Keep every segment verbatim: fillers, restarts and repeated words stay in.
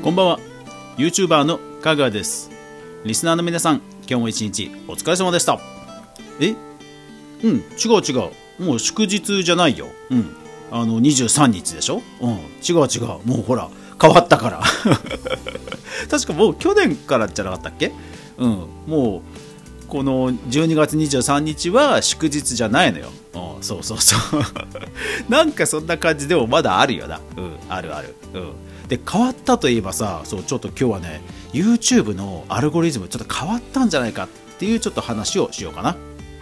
こんばんは。 YouTuber のかぐわです。リスナーの皆さん、今日も一日お疲れ様でした。えうん違う違う、もう祝日じゃないよ。うんあのにじゅうさんにちでしょ。うん違う違う、もうほら変わったから確かもう去年からじゃなかったっけ。うんもうこのじゅうにがつにじゅうさんにちは祝日じゃないのよ。うんそうそうそうなんかそんな感じでもまだあるよな。うんあるある。うんで変わったといえばさ、そうちょっと今日はね YouTube のアルゴリズムちょっと変わったんじゃないかっていうちょっと話をしようかな。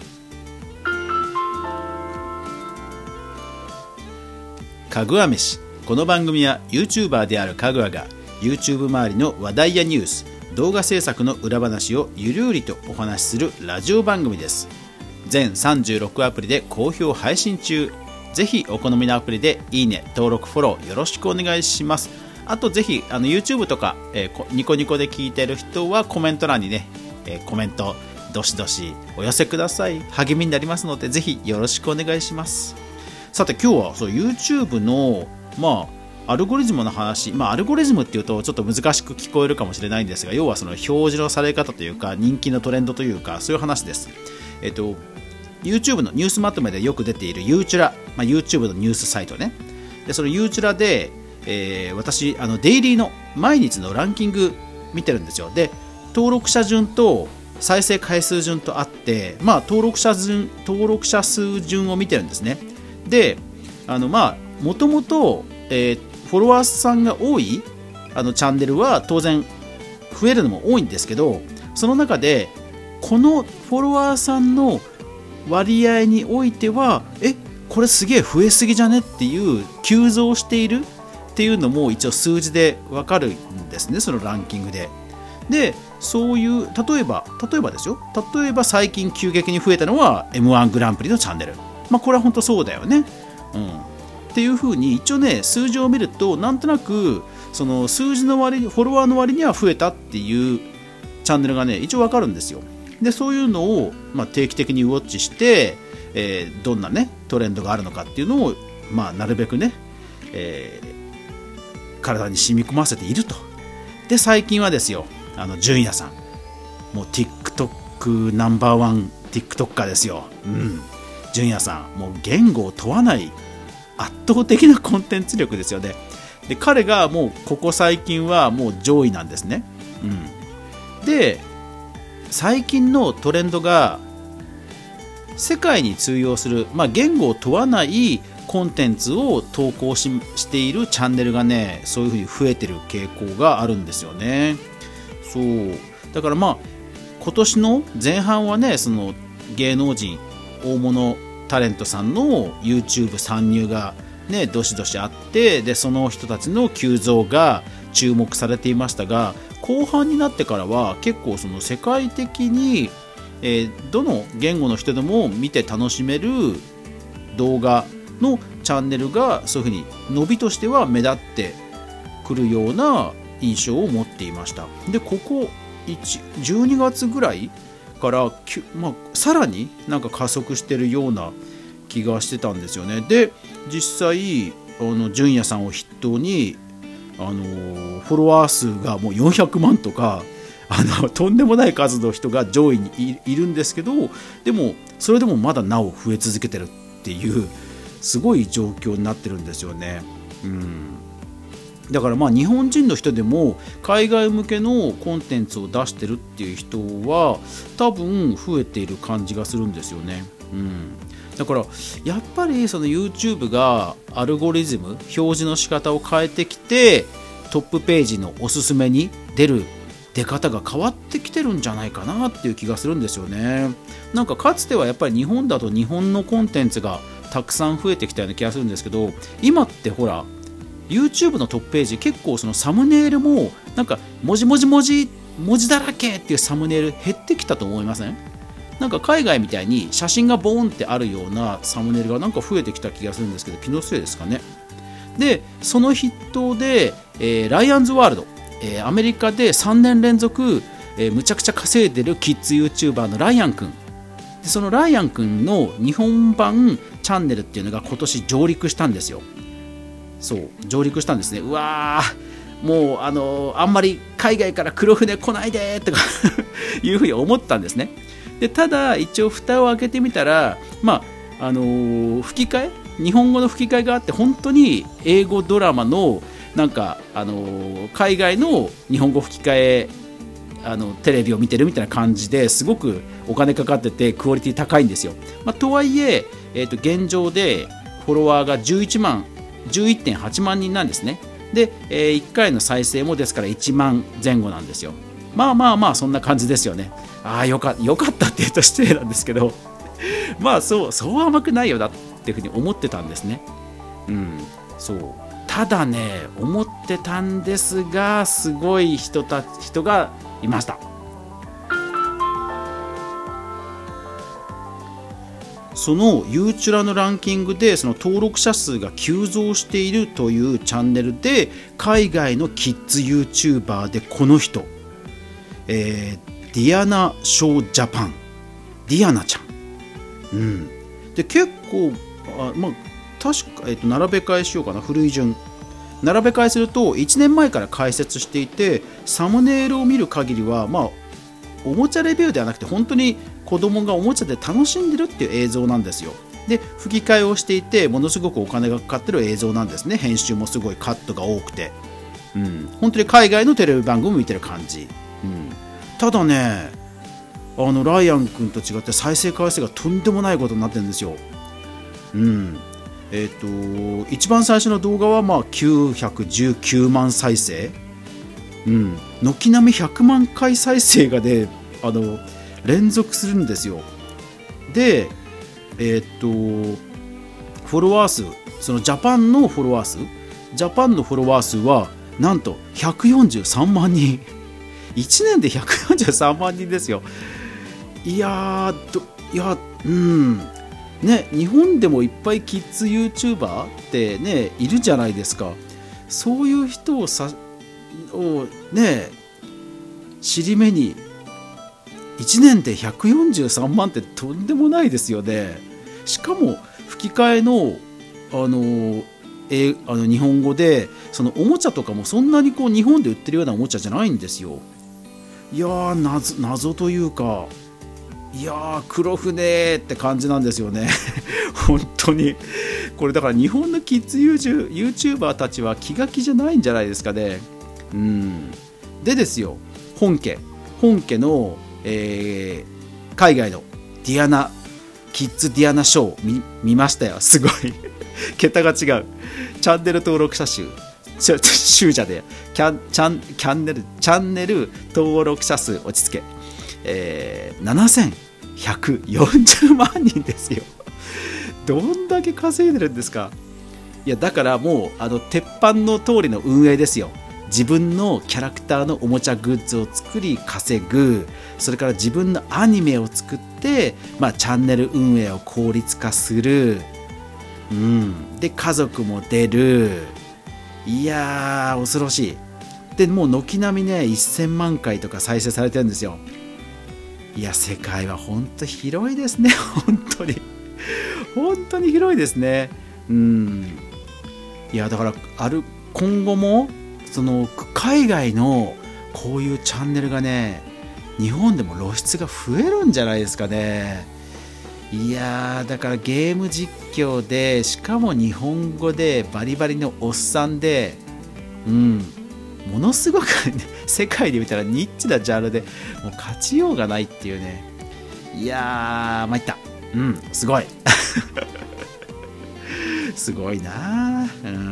かぐわ飯。この番組は YouTuber であるかぐわが YouTube 周りの話題やニュース、動画制作の裏話をゆるりとお話しするラジオ番組です。全さんじゅうろくアプリで好評配信中。ぜひお好みのアプリでいいね、登録、フォローよろしくお願いします。あとぜひあの YouTube とか、えー、ニコニコで聞いてる人はコメント欄にね、えー、コメントどしどしお寄せください。励みになりますのでぜひよろしくお願いします。さて今日はそう YouTube のまあアルゴリズムの話、まあ、アルゴリズムっていうとちょっと難しく聞こえるかもしれないんですが、要はその表示のされ方というか人気のトレンドというかそういう話です。えっと YouTube のニュースまとめでよく出ている ユーチュラ、まあ、YouTube のニュースサイトね。でその ユーチュラで、えー、私あのデイリーの毎日のランキング見てるんですよ。で登録者順と再生回数順とあって、まあ、登録者順登録者数順を見てるんですね。であのまあもともとフォロワーさんが多いあのチャンネルは当然増えるのも多いんですけど、その中でこのフォロワーさんの割合においてはえこれすげえ増えすぎじゃねっていう急増しているっていうのも一応数字で分かるんですね、そのランキングで。でそういう例えば例えばですよ例えば最近急激に増えたのは エムワン グランプリのチャンネル、まあこれは本当そうだよね。うんっていう風に一応ね数字を見るとなんとなくその数字の割にフォロワーの割には増えたっていうチャンネルがね一応わかるんですよ。でそういうのを、まあ、定期的にウォッチして、えー、どんなねトレンドがあるのかっていうのを、まあ、なるべくね、えー、体に染み込ませていると。で最近はですよあの純也さんもう TikTok ナンバーワン TikToker ですよ。うん純也さんもう言語を問わない圧倒的なコンテンツ力ですよね。で彼がもうここ最近はもう上位なんですね。うん、で最近のトレンドが世界に通用する、まあ、言語を問わないコンテンツを投稿 し, しているチャンネルがねそういうふうに増えてる傾向があるんですよね。そうだからまあ今年の前半はねその芸能人大物タレントさんの YouTube 参入がねどしどしあって、でその人たちの急増が注目されていましたが、後半になってからは結構その世界的に、えー、どの言語の人でも見て楽しめる動画のチャンネルがそういうふうに伸びとしては目立ってくるような印象を持っていました。でここじゅうにがつぐらいから、まあ、さらになんか加速してるような気がしてたんですよね。で実際あの純也さんを筆頭にあのフォロワー数がもうよんひゃくまんとかあのとんでもない数の人が上位に い, いるんですけど、でもそれでもまだなお増え続けてるっていうすごい状況になってるんですよね。うんだからまあ日本人の人でも海外向けのコンテンツを出してるっていう人は多分増えている感じがするんですよね。うんだからやっぱりその YouTube がアルゴリズム表示の仕方を変えてきてトップページのおすすめに出る出方が変わってきてるんじゃないかなっていう気がするんですよね。なんかかつてはやっぱり日本だと日本のコンテンツがたくさん増えてきたような気がするんですけど、今ってほら YouTube のトップページ結構そのサムネイルもなんか文字文字文字文字だらけっていうサムネイル減ってきたと思いません？なんか海外みたいに写真がボーンってあるようなサムネイルがなんか増えてきた気がするんですけど、気のせいですかね。でその筆頭で、えー、ライアンズワールド、えー、アメリカでさんねん連続、えー、むちゃくちゃ稼いでるキッズ YouTuber のライアンくんで、そのライアンくんの日本版チャンネルっていうのが今年上陸したんですよ。そう上陸したんですね。うわーもうあのあんまり海外から黒船来ないでとかいうふうに思ったんですね。でただ一応蓋を開けてみたら、まああのー、吹き替え日本語の吹き替えがあって、本当に英語ドラマのなんか、あのー、海外の日本語吹き替えあのテレビを見てるみたいな感じですごくお金かかっててクオリティ高いんですよ。まあ、とはいええー、と現状でフォロワーがじゅういちまん じゅういってんはちまん人なんですね。で、えー、いっかいの再生もですからいちまんぜん後なんですよ。まあまあまあそんな感じですよね。ああよか、よかったって言うと失礼なんですけどまあそうそう甘くないよなっていうふうに思ってたんですね。うん、そうただね思ってたんですが、すごい人た人がいました。そのユーチュラのランキングでその登録者数が急増しているというチャンネルで、海外のキッズ YouTuber でこの人、えー、ディアナ・ショー・ジャパン、ディアナちゃん、うん、で結構あ、まあ、確か、えーと、並べ替えしようかな、古い順並べ替えするといちねんまえから解説していて、サムネイルを見る限りは、まあ、おもちゃレビューではなくて本当に子供がおもちゃで楽しんでるっていう映像なんですよ。で吹き替えをしていてものすごくお金がかかってる映像なんですね。編集もすごいカットが多くて、うん、本当に海外のテレビ番組を見てる感じ、うん、ただねあのライアン君と違って再生回数がとんでもないことになってるんですよ。うんえー、と一番最初の動画はまあきゅうひゃくじゅうきゅうまん再生、うん、軒並みひゃくまん回再生がねあの連続するんですよ。でえー、っとフォロワー数、そのジャパンのフォロワー数ジャパンのフォロワー数はなんとひゃくよんじゅうさんまん人、いちねんでひゃくよんじゅうさんまん人ですよ。いやーどいやうんね、日本でもいっぱいキッズ YouTuber ってねいるじゃないですか。そういう人をさをね尻目にいちねんでひゃくよんじゅうさんまんってとんでもないですよね。しかも吹き替えのあのえあの日本語でそのおもちゃとかもそんなにこう日本で売ってるようなおもちゃじゃないんですよ。いやー 謎, 謎というか、いやー黒船って感じなんですよね本当にこれだから日本のキッズ YouTuber たちは気が気じゃないんじゃないですかね。うんでですよ、本家本家の、えー、海外のディアナキッズディアナショー 見, 見ましたよ。すごい桁が違う。チャンネル登録者数ちょ数じゃねキャンチャンキャンネルチャンネル登録者数落ち着け、えー、ななせんひゃくよんじゅうまん人ですよ。どんだけ稼いでるんですか。いやだからもうあの鉄板の通りの運営ですよ。自分のキャラクターのおもちゃグッズを作り稼ぐ、それから自分のアニメを作って、まあ、チャンネル運営を効率化する、うん、で家族も出る。いやー恐ろしい。でもう軒並みねせんまん回とか再生されてるんですよ。いや世界は本当広いですね。本当に本当に広いですね。うんいやだからある今後もその海外のこういうチャンネルがね日本でも露出が増えるんじゃないですかね。いやだからゲーム実況でしかも日本語でバリバリのおっさんで、うん、ものすごく、ね、世界で見たらニッチなジャンルでもう勝ちようがないっていうね。いやー参った。うんすごいすごいな。うん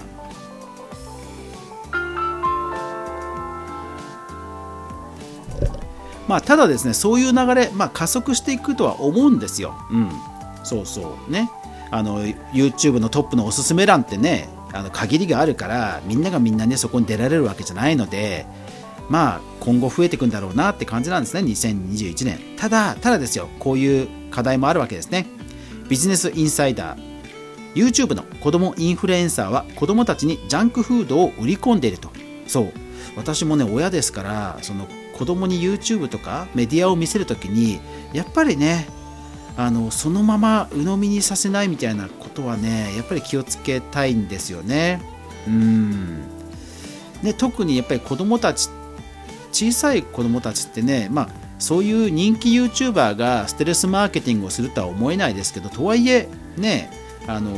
まあ、ただですねそういう流れ、まあ、加速していくとは思うんですよ。うん、そうそうねあの YouTube のトップのおすすめ欄ってねあの限りがあるからみんながみんなねそこに出られるわけじゃないので、まあ今後増えていくんだろうなって感じなんですね。にせんにじゅういちねんただただですよこういう課題もあるわけですね。ビジネスインサイダー YouTube の子供インフルエンサーは子供たちにジャンクフードを売り込んでいると。そう私もね親ですからその子供に YouTube とかメディアを見せるときにやっぱりねあのそのまま鵜呑みにさせないみたいなことはねやっぱり気をつけたいんですよね。うんね、特にやっぱり子どもたち、小さい子どもたちってね、まあ、そういう人気 YouTuber がステルスマーケティングをするとは思えないですけど、とはいえね、あの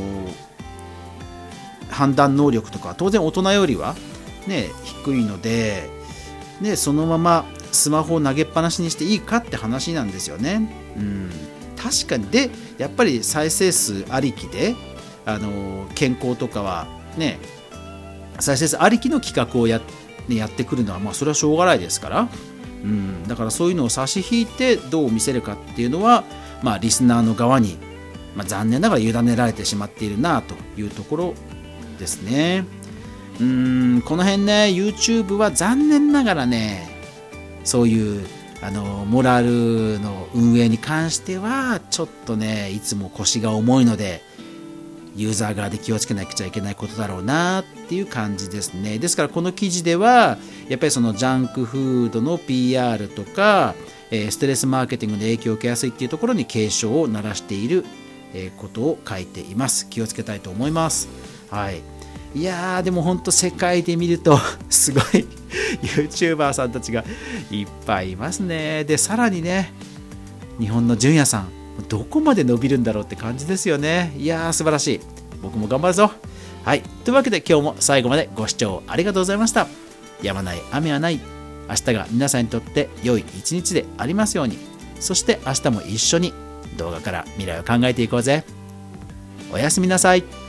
判断能力とか当然大人よりは、ね、低いので、ね、そのままスマホを投げっぱなしにしていいかって話なんですよね。うん、確かに。でやっぱり再生数ありきで、あの健康とかはね、再生数ありきの企画を や,、ね、やってくるのは、まあ、それはしょうがないですから、うん、だからそういうのを差し引いてどう見せるかっていうのは、まあ、リスナーの側に、まあ、残念ながら委ねられてしまっているなというところですね。うーんこの辺ね、 YouTube は残念ながらね、そういうあのモラルの運営に関してはちょっとね、いつも腰が重いので、ユーザー側で気をつけなくちゃいけないことだろうなっていう感じですね。ですからこの記事ではやっぱりそのジャンクフードの ピーアール とか、えー、ストレスマーケティングで影響を受けやすいっていうところに警鐘を鳴らしている、えー、ことを書いています。気をつけたいと思います。はい。いやーでも本当世界で見るとすごいYouTuber さんたちがいっぱいいますね。でさらにね、日本の純也さんどこまで伸びるんだろうって感じですよね。いやー素晴らしい。僕も頑張るぞ。はい、というわけで今日も最後までご視聴ありがとうございました。やまない雨はない。明日が皆さんにとって良い一日でありますように。そして明日も一緒に動画から未来を考えていこうぜ。おやすみなさい。